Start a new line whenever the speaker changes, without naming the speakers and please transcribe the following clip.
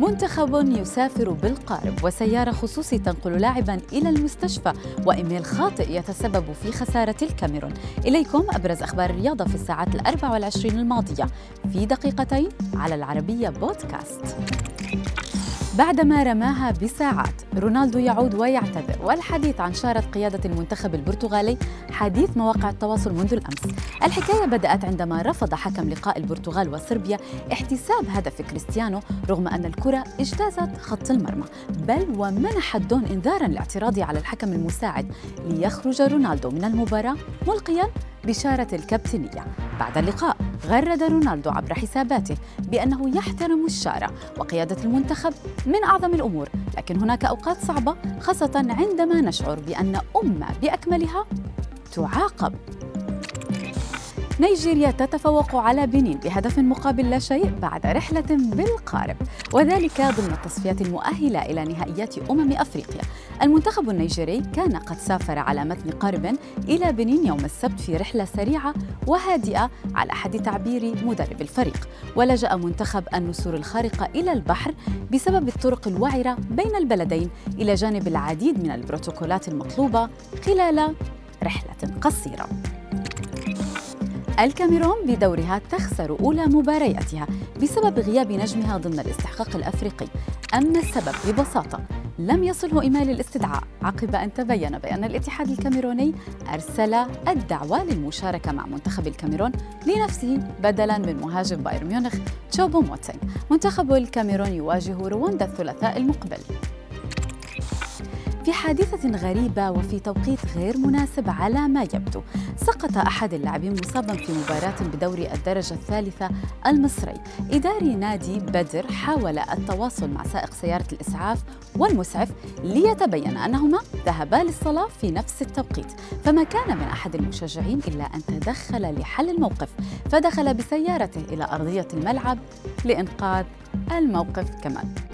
منتخب يسافر بالقارب وسيارة خصوصي تنقل لاعباً إلى المستشفى وإيميل خاطئ يتسبب في خسارة الكاميرون. إليكم أبرز أخبار الرياضة في الساعات 24 الماضية في دقيقتين على العربية بودكاست. بعدما رماها بساعات، رونالدو يعود ويعتذر، والحديث عن شارة قيادة المنتخب البرتغالي حديث مواقع التواصل منذ الأمس. الحكاية بدأت عندما رفض حكم لقاء البرتغال وصربيا احتساب هدف كريستيانو رغم أن الكرة اجتازت خط المرمى، بل ومنح الدون إنذاراً لاعتراضه على الحكم المساعد ليخرج رونالدو من المباراة ملقياً بشارة الكابتنية. بعد اللقاء غرد رونالدو عبر حساباته بأنه يحترم الشارة وقيادة المنتخب من أعظم الأمور، لكن هناك أوقات صعبة خاصة عندما نشعر بأن أمة بأكملها تعاقب. نيجيريا تتفوق على بنين بهدف مقابل لا شيء بعد رحلة بالقارب، وذلك ضمن التصفيات المؤهلة إلى نهائيات أفريقيا. المنتخب النيجيري كان قد سافر على متن قارب إلى بنين يوم السبت في رحلة سريعة وهادئة على حد تعبير مدرب الفريق، ولجأ منتخب النسور الخارقة إلى البحر بسبب الطرق الوعرة بين البلدين إلى جانب العديد من البروتوكولات المطلوبة خلال رحلة قصيرة. الكاميرون بدورها تخسر أولى مبارياتها بسبب غياب نجمها ضمن الاستحقاق الأفريقي. أما السبب ببساطة لم يصله إيميل الاستدعاء عقب أن تبين بأن الاتحاد الكاميروني أرسل الدعوة للمشاركة مع منتخب الكاميرون لنفسه بدلاً من مهاجم بايرن ميونخ تشوبو موتينغ. منتخب الكاميرون يواجه رواندا الثلاثاء المقبل. في حادثة غريبة وفي توقيت غير مناسب على ما يبدو، سقط أحد اللاعبين مصاباً في مباراة بدوري الدرجة الثالثة المصري. إداري نادي بدر حاول التواصل مع سائق سيارة الإسعاف والمسعف ليتبين أنهما ذهبا للصلاة في نفس التوقيت، فما كان من أحد المشجعين إلا أن تدخل لحل الموقف، فدخل بسيارته إلى أرضية الملعب لإنقاذ الموقف كمان.